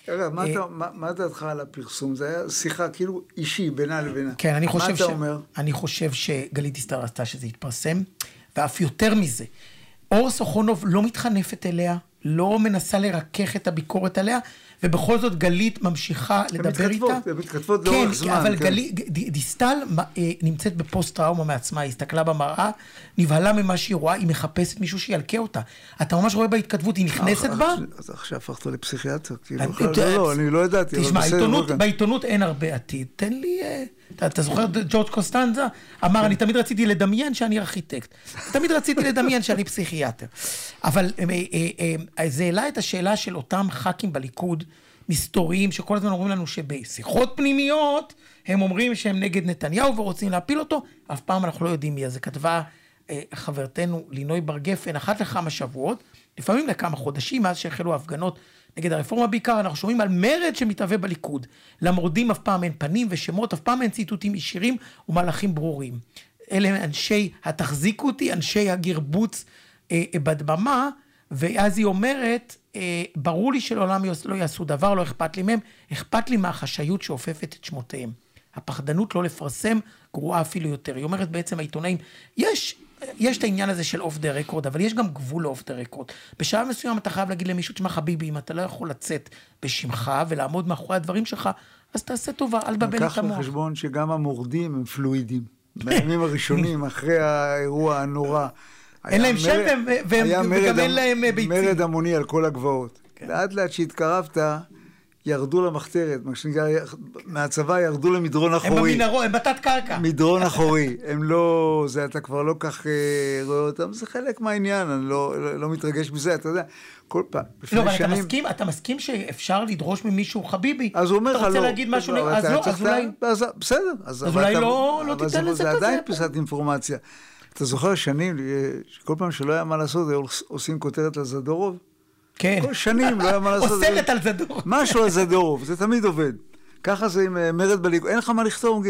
מה דעתך על הפרסום? זה היה שיחה כאילו אישי בינה לבינה. כן, מה אתה אומר? אני חושב שגלית דיסטל רצתה שזה יתפרסם, ואף יותר מזה, אור סוכונוב לא מתחנפת אליה, לא מנסה לרכך את הביקורת עליה, ובכל זאת גלית ממשיכה לדבר איתה. הן מתכתבות לאורך זמן. אבל דיסטל נמצאת בפוסט טראומה מעצמה, היא הסתכלה במראה, נבהלה ממה שהיא רואה, היא מחפשת מישהו שילקה אותה. אתה ממש רואה בהתכתבות, היא נכנסת בה? אז עכשיו הפכת לפסיכיאטר. לא, אני לא ידעתי. תשמע, בעיתונות אין הרבה עתיד. תן לי... אתה זוכר ג'ורג' קוסטנזה? אמר, אני תמיד רציתי לדמיין שאני ארכיטקט. תמיד רציתי לדמיין שאני פסיכיאטר. אבל זה העלה את השאלה של אותם ח"כים בליכוד, מסתוריים, שכל הזמן אומרים לנו שבשיחות פנימיות, הם אומרים שהם נגד נתניהו ורוצים להפיל אותו, אף פעם אנחנו לא יודעים מי. אז זה כתבה חברתנו לינוי בר גפן, אחת לכמה שבועות, לפעמים לכמה חודשים, מאז שהחלו ההפגנות נגד הרפורמה בעיקר, אנחנו שומעים על מרד שמתהווה בליכוד. למורדים אף פעם אין פנים ושמות, אף פעם אין ציטוטים ישירים ומהלכים ברורים. אלה הם אנשי התחזיקו אותי, אנשי הגרבוץ בדממה, ואז היא אומרת, ברור לי שלעולם לא יעשו דבר, לא אכפת לי מהם, אכפת לי מהחשאיות שאופפת את שמותיהם. הפחדנות לא לפרסם גרועה אפילו יותר. היא אומרת בעצם העיתונאים, יש את העניין הזה של אוף דה רקורד, אבל יש גם גבול לאוף דה רקורד. בשלב מסוים אתה חייב להגיד למישהו, תשמע חביבי, אם אתה לא יכול לצאת בשמך ולעמוד מאחורי הדברים שלך, אז תעשה טובה, אל תבלבל את המוח. לקח בחשבון שגם המורדים הם פלואידים. בימים הראשונים, אחרי האירוע הנורא. אין להם שם וגם אין להם ביצים. מרד המוני על כל הגבעות. לאט לאט שהתקרבת, ירדו למחתרת, מהצבא ירדו למדרון אחורי. הם במנהרות, הם בתת קרקע. מדרון אחורי. הם לא, זה אתה כבר לא כך רואה אותם, זה חלק מהעניין, אני לא מתרגש בזה, אתה יודע. כל פעם, לא, אבל אתה מסכים שאפשר לדרוש ממישהו חביבי? אז הוא אומר לך לא. אתה רוצה להגיד משהו? אז לא, אז אולי... בסדר. אז אולי לא תיתן לזה זה עדיין פיסת אינפורמציה. אתה זוכר שנים, כל פעם שלא היה מה לעשות, עושים כותרת על זדורוב? כן. כל שנים לא היה מה לעשות. אוסרת על זדורוב. משהו על זדורוב, זה תמיד עובד. ככה זה עם מרד בליכוד. אין לך מה לכתוב,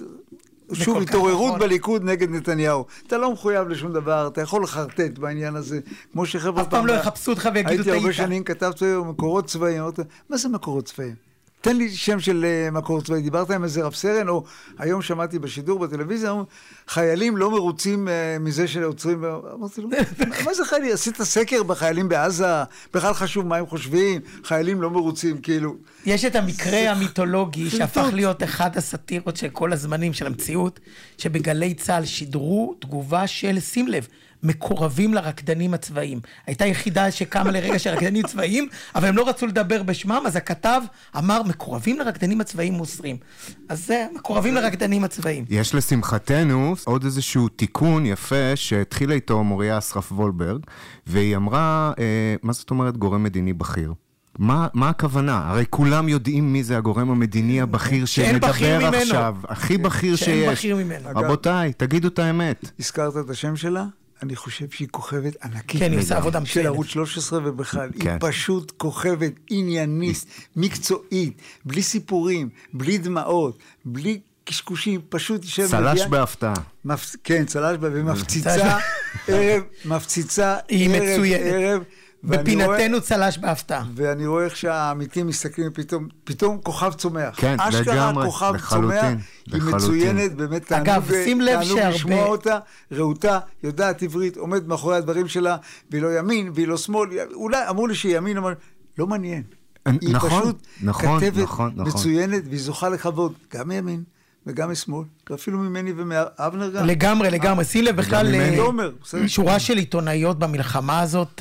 שוב, התעוררות בליכוד נגד נתניהו. אתה לא מחויב לשום דבר, אתה יכול לחרטט בעניין הזה. כמו שחבר'ה... אף פעם לא יחפשו אותך ויגידו הייתי הרבה שנים, כתבתי מקורות צבאיים. מה זה מקורות צבאיים? תן לי שם של מקור צבאי. דיברת עם איזה רב סרן, או היום שמעתי בשידור בטלוויזיה, חיילים לא מרוצים מזה שעוצרים. אמרתי לו, מה זה חיילים? עשית סקר בחיילים בעזה? בכלל חשוב מה הם חושבים? חיילים לא מרוצים, כאילו. יש את המקרה המיתולוגי שהפך להיות אחד הסאטירות של כל הזמנים של המציאות, שבגלי צה"ל שידרו תגובה של, שים לב, מקורבים לרקדנים הצבאיים. הייתה יחידה שקמה לרגע של רקדנים צבאיים, אבל הם לא רצו לדבר בשמם, אז הכתב אמר, מקורבים לרקדנים הצבאיים מוסרים. אז זה, מקורבים לרקדנים הצבאיים. יש לשמחתנו עוד איזשהו תיקון יפה שהתחילה איתו מוריה אסרף וולברג, והיא אמרה, מה זאת אומרת גורם מדיני בכיר? מה הכוונה? הרי כולם יודעים מי זה הגורם המדיני הבכיר שמדבר עכשיו. הכי בכיר שיש. רבותיי, תגידו את האמת. הזכרת את השם שלה? אני חושב שהיא כוכבת ענקית. כן, היא עושה עבודה מצוינת. של ערוץ 13 ובכלל. היא פשוט כוכבת עניינית, מקצועית, בלי סיפורים, בלי דמעות, בלי קשקושים, פשוט יושב... צלש בהפתעה. כן, צלש בהפתעה, ומפציצה ערב, מפציצה ערב, בפינתנו צלש בהפתעה. ואני רואה איך שהעמיתים מסתכלים, פתאום כוכב צומח. כן, לגמרי, כוכב צומח, היא מצוינת, באמת תענוג לשמוע אותה, ראותה, יודעת עברית, עומד מאחורי הדברים שלה, והיא לא ימין, והיא לא שמאל, אולי אמרו לי שהיא ימין, אבל לא מעניין. היא פשוט כתבת מצוינת, והיא זוכה לכבוד, גם מימין וגם משמאל, ואפילו ממני ומאבנר גם. לגמרי. שים לב בכלל שורה של עיתונאיות במלחמה הזאת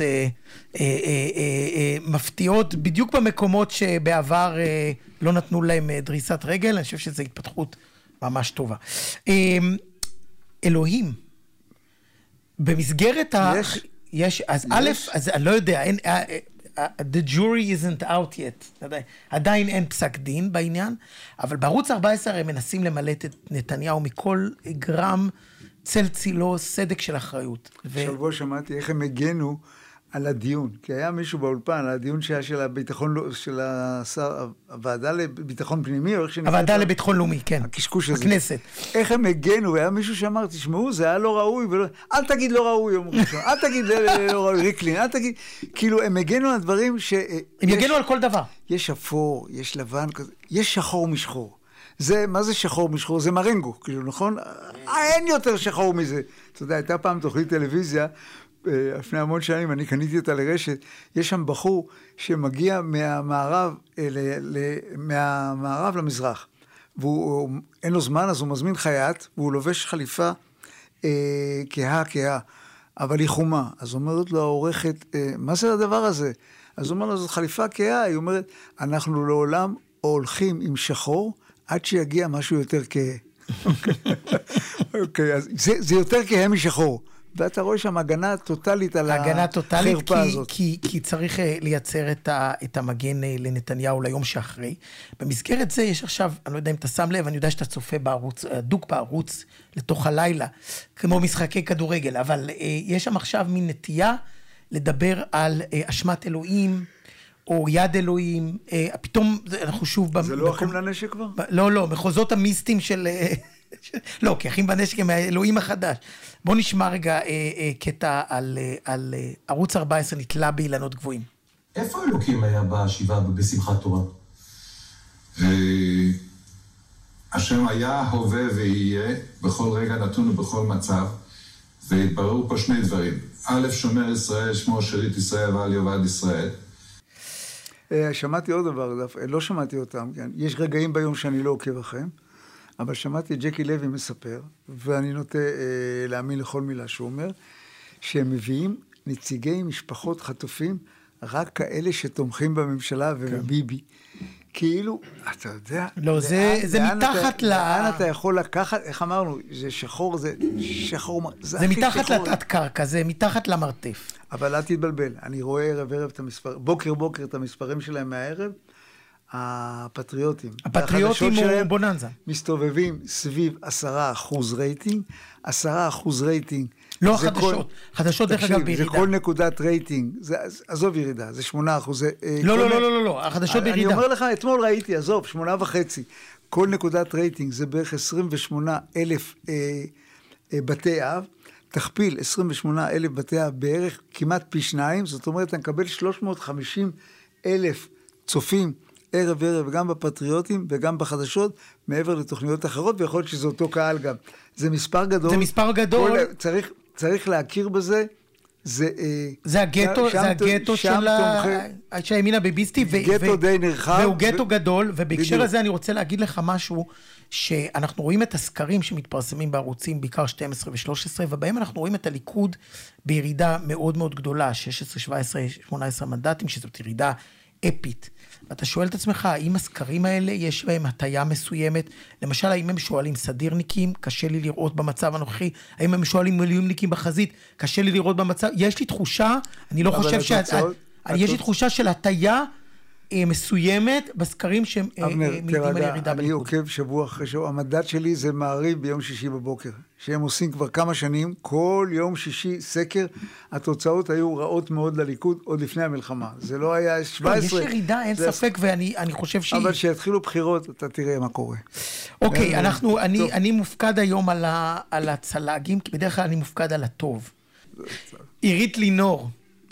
מפתיעות בדיוק במקומות שבעבר לא נתנו להם דריסת רגל. אני חושב שזו התפתחות ממש טובה. אלוהים, במסגרת יש, אז א', אז אני לא יודע, the jury isn't out yet. עדיין אין פסק דין בעניין, אבל בערוץ 14 הם מנסים למלט את נתניהו מכל גרם צל צילו סדק של אחריות. שבוע שמעתי איך הם הגנו על הדיון, כי היה מישהו באולפן, על הדיון שהיה של הביטחון, של הוועדה לביטחון פנימי, או איך שנקרא? הוועדה לביטחון לאומי, כן. הקשקוש הזה. הכנסת. איך הם הגנו, והיה מישהו שאמר, תשמעו, זה היה לא ראוי, אל תגיד לא ראוי, אל תגיד לא ראוי, ריקלין, אל תגיד, כאילו, הם הגנו על דברים ש... הם הגנו על כל דבר. יש אפור, יש לבן כזה, יש שחור משחור. מה זה שחור משחור? זה מרנגו, כאילו, נכון? אין יותר שחור מזה. אתה יודע, הייתה פעם תוכנית טלוויזיה, לפני המון שנים, אני קניתי אותה לרשת, יש שם בחור שמגיע מהמערב למזרח, ואין לו זמן, אז הוא מזמין חייט, והוא לובש חליפה כהה, אבל היא חומה. אז אומרת לו העורכת, מה זה הדבר הזה? אז הוא אומר לו, זאת חליפה כהה, היא אומרת, אנחנו לעולם הולכים עם שחור, עד שיגיע משהו יותר כהה. אוקיי, אז זה יותר כהה משחור. ואתה רואה שם הגנה טוטלית על החרפה הזאת. כי צריך לייצר את המגן לנתניהו ליום שאחרי. במסגרת זה יש עכשיו, אני לא יודע אם אתה שם לב, אני יודע שאתה צופה בערוץ, דוק בערוץ לתוך הלילה, כמו משחקי כדורגל, אבל יש שם עכשיו מין נטייה לדבר על אשמת אלוהים, או יד אלוהים, פתאום אנחנו שוב... זה לא אחים לנשק כבר? לא, מחוזות המיסטים של... לא, כי אחים בנשק הם האלוהים החדש. בוא נשמע רגע קטע על ערוץ 14 נתלה באילנות גבוהים. איפה אלוקים היה בשבעה בשמחת תורה? השם היה, הווה ויהיה, בכל רגע נתון ובכל מצב, והתבררו פה שני דברים. א', שומר ישראל, שמו שארית ישראל ועל יובד ישראל. שמעתי עוד דבר, לא שמעתי אותם, כן? יש רגעים ביום שאני לא עוקב אחריהם, אבל שמעתי את ג'קי לוי מספר, ואני נוטה להאמין לכל מילה שהוא אומר, שהם מביאים נציגי משפחות חטופים, רק כאלה שתומכים בממשלה ובביבי. כאילו, אתה יודע... לא, זה מתחת לאן אתה יכול לקחת, איך אמרנו, זה שחור, זה שחור... זה מתחת לתת קרקע, זה מתחת למרתף. אבל אל תתבלבל, אני רואה ערב את המספר, בוקר את המספרים שלהם מהערב, הפטריוטים הוא בוננזה. מסתובבים סביב 10% רייטינג, 10% רייטינג. לא החדשות, חדשות דרך אגב בירידה. זה כל נקודת רייטינג, עזוב ירידה, זה 8%. לא, החדשות בירידה. אני אומר לך, אתמול ראיתי, עזוב, 8.5. כל נקודת רייטינג זה בערך 28,000 בתי אב, תכפיל 28,000 בתי אב בערך כמעט פי 2, זאת אומרת, אתה מקבל 350,000 צופים ערב, גם בפטריוטים וגם בחדשות, מעבר לתוכניות אחרות, ויכול להיות שזה אותו קהל גם. זה מספר גדול. זה מספר גדול. צריך להכיר בזה. זה הגטו של הימין הביביסטי. גטו די נרחב. והוא גטו גדול, ובהקשר הזה אני רוצה להגיד לך משהו, שאנחנו רואים את הסקרים שמתפרסמים בערוצים, בעיקר 12 ו-13, ובהם אנחנו רואים את הליכוד בירידה מאוד מאוד גדולה, 16, 17, 18 מנדטים, שזאת ירידה אפית. ואתה שואל את עצמך, האם הסקרים האלה יש בהם הטיה מסוימת? למשל, האם הם שואלים סדירניקים? קשה לי לראות במצב הנוכחי. האם הם שואלים מילואימניקים בחזית? קשה לי לראות במצב. יש לי תחושה, אני לא חושב יש לי תחושה של הטיה מסוימת בסקרים שהם מעידים על ירידה בליכוד. אני עוקב שבוע אחרי שבוע. המדד שלי זה מעריב ביום שישי בבוקר. שהם עושים כבר כמה שנים, כל יום שישי סקר, התוצאות היו רעות מאוד לליכוד עוד לפני המלחמה. זה לא היה 17. יש ירידה, אין ספק, ואני חושב שהיא... אבל שיתחילו בחירות, אתה תראה מה קורה. אוקיי, אני מופקד היום על הצלאגים, כי בדרך כלל אני מופקד על הטוב. עירית לינור,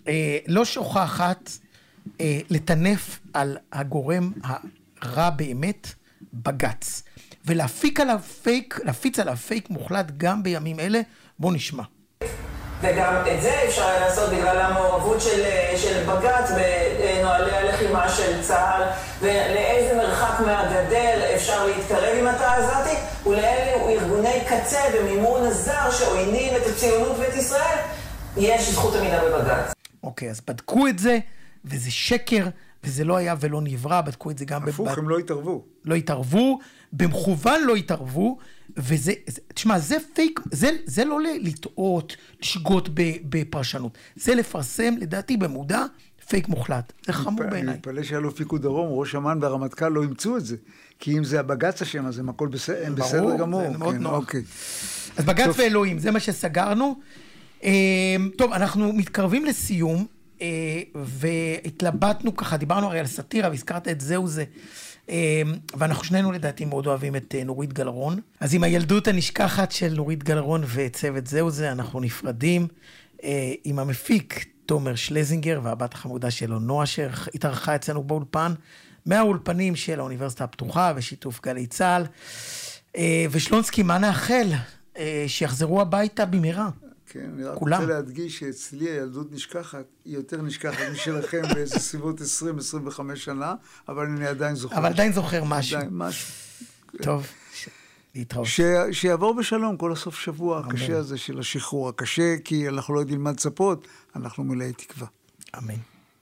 לא שוכחת לטנף על הגורם הרע באמת, בגץ, ולהפיץ עליו פייק מוחלט גם בימים אלה. בוא נשמע. וגם את זה אפשר לעשות בגלל המעורבות של בג"ץ בנוהלי הלחימה של צה"ל, ולאיזה מרחק מהגדר אפשר להתקרב עם התא הזאתי, ולאלה ארגוני קצה במימון הזר שעוינים את הציונות ואת ישראל, יש זכות עמידה בבג"ץ. אוקיי, אז בדקו את זה, וזה שקר, וזה לא היה ולא נברא, בדקו את זה גם... הפוך, הם לא התערבו. לא התערבו, במכוון לא התערבו, וזה, תשמע, זה פייק, זה לא לטעות, לשגות בפרשנות, זה לפרסם, לדעתי, במודע, פייק מוחלט. זה חמור בעיניי. אני מתפלא שהיה לו פיקוד דרום, ראש אמ"ן והרמטכ"ל לא ימצאו את זה, כי אם זה הבג"ץ השם, אז הם הכל בסדר גמור. ברור, זה מאוד נוח. אז בג"ץ ואלוהים, זה מה שסגרנו. טוב, אנחנו מתקרבים לסיום, והתלבטנו ככה, דיברנו הרי על סאטירה, והזכרת את זהו זה, ואנחנו שנינו לדעתי מאוד אוהבים את נורית גלרון. אז עם הילדות הנשכחת של נורית גלרון וצוות זהו זה, אנחנו נפרדים עם המפיק תומר שלזינגר והבת החמודה שלו נועה, שהתארחה אצלנו באולפן, מהאולפנים של האוניברסיטה הפתוחה ושיתוף גלי צה"ל. ושלונסקי, מה נאחל? שיחזרו הביתה במהרה. כן, אני רק רוצה להדגיש שאצלי הילדות נשכחת, היא יותר נשכחת משלכם באיזה סביבות 20-25 שנה, אבל אני עדיין זוכר. אבל עדיין זוכר משהו. עדיין משהו. טוב, להתראות. שיעבור בשלום כל הסוף שבוע הקשה הזה של השחרור. הקשה כי אנחנו לא יודעים מה לצפות, אנחנו מלאי תקווה. אמן.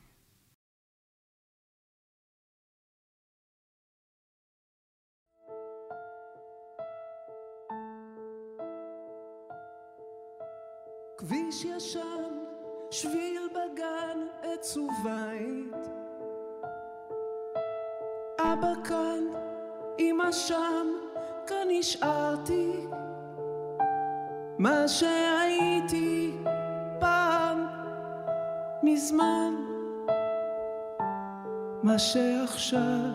כביש ישן, שביל בגן, עץ ובית. אבא כאן, אמא שם, כאן נשארתי. מה שהייתי פעם, מזמן. מה שעכשיו,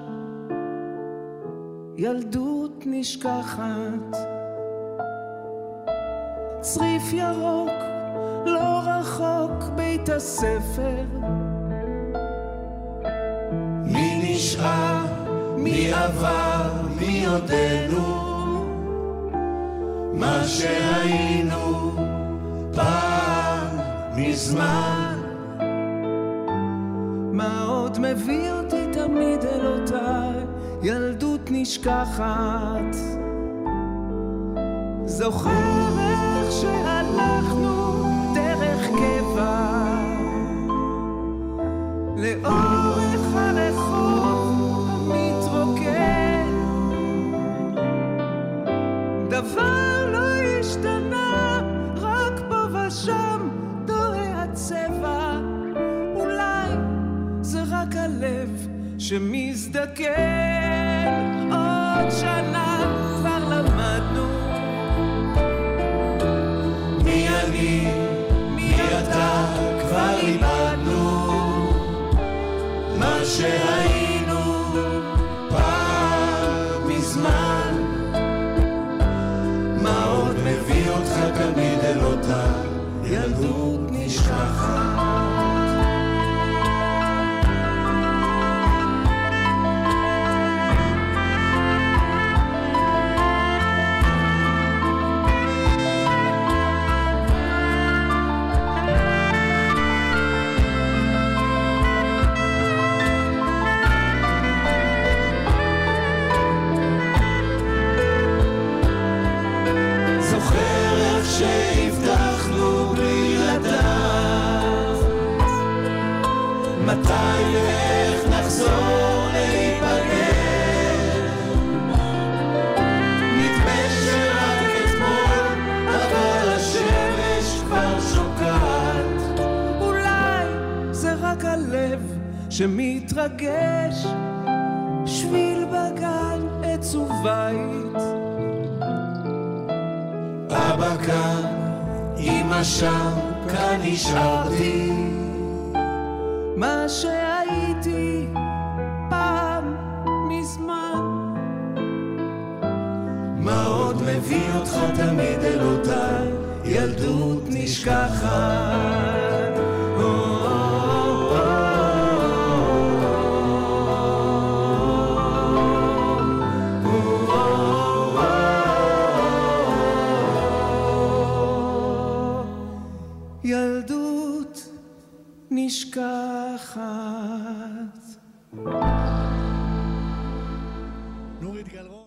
ילדות נשכחת. צריף ירוק, לא רחוק בית הספר. מי נשאר, מי עבר, מי עודנו, מה שהיינו פעם מזמן. מה עוד מביא אותי תמיד אל אותה ילדות נשכחת. זוכר איך שהלכנו דרך קבע לאורך הרחוב המתרוקן. דבר לא השתנה, רק פה ושם דוהה הצבע. אולי זה רק הלב שמזדקן. עוד שנה כבר למדנו מי אני, מי אתה, כבר איבדנו מה שהיינו פעם מזמן. מה עוד מביא אותך תמיד אל אותה ילדות נשכחת. שהבטחנו בלי לדעת מתי ואיך נחזור להיפגש. נדמה שרק אתמול אבל השמש כבר שוקעת. אולי זה רק הלב שמתרגש. שביל בגן, עץ ובית. אבא כאן, אמא שם, כאן נשארתי. מה שהייתי פעם מזמן. מה עוד מביא אותך תמיד אל אותה ילדות נשכחת. נשכחת. נורית גלרון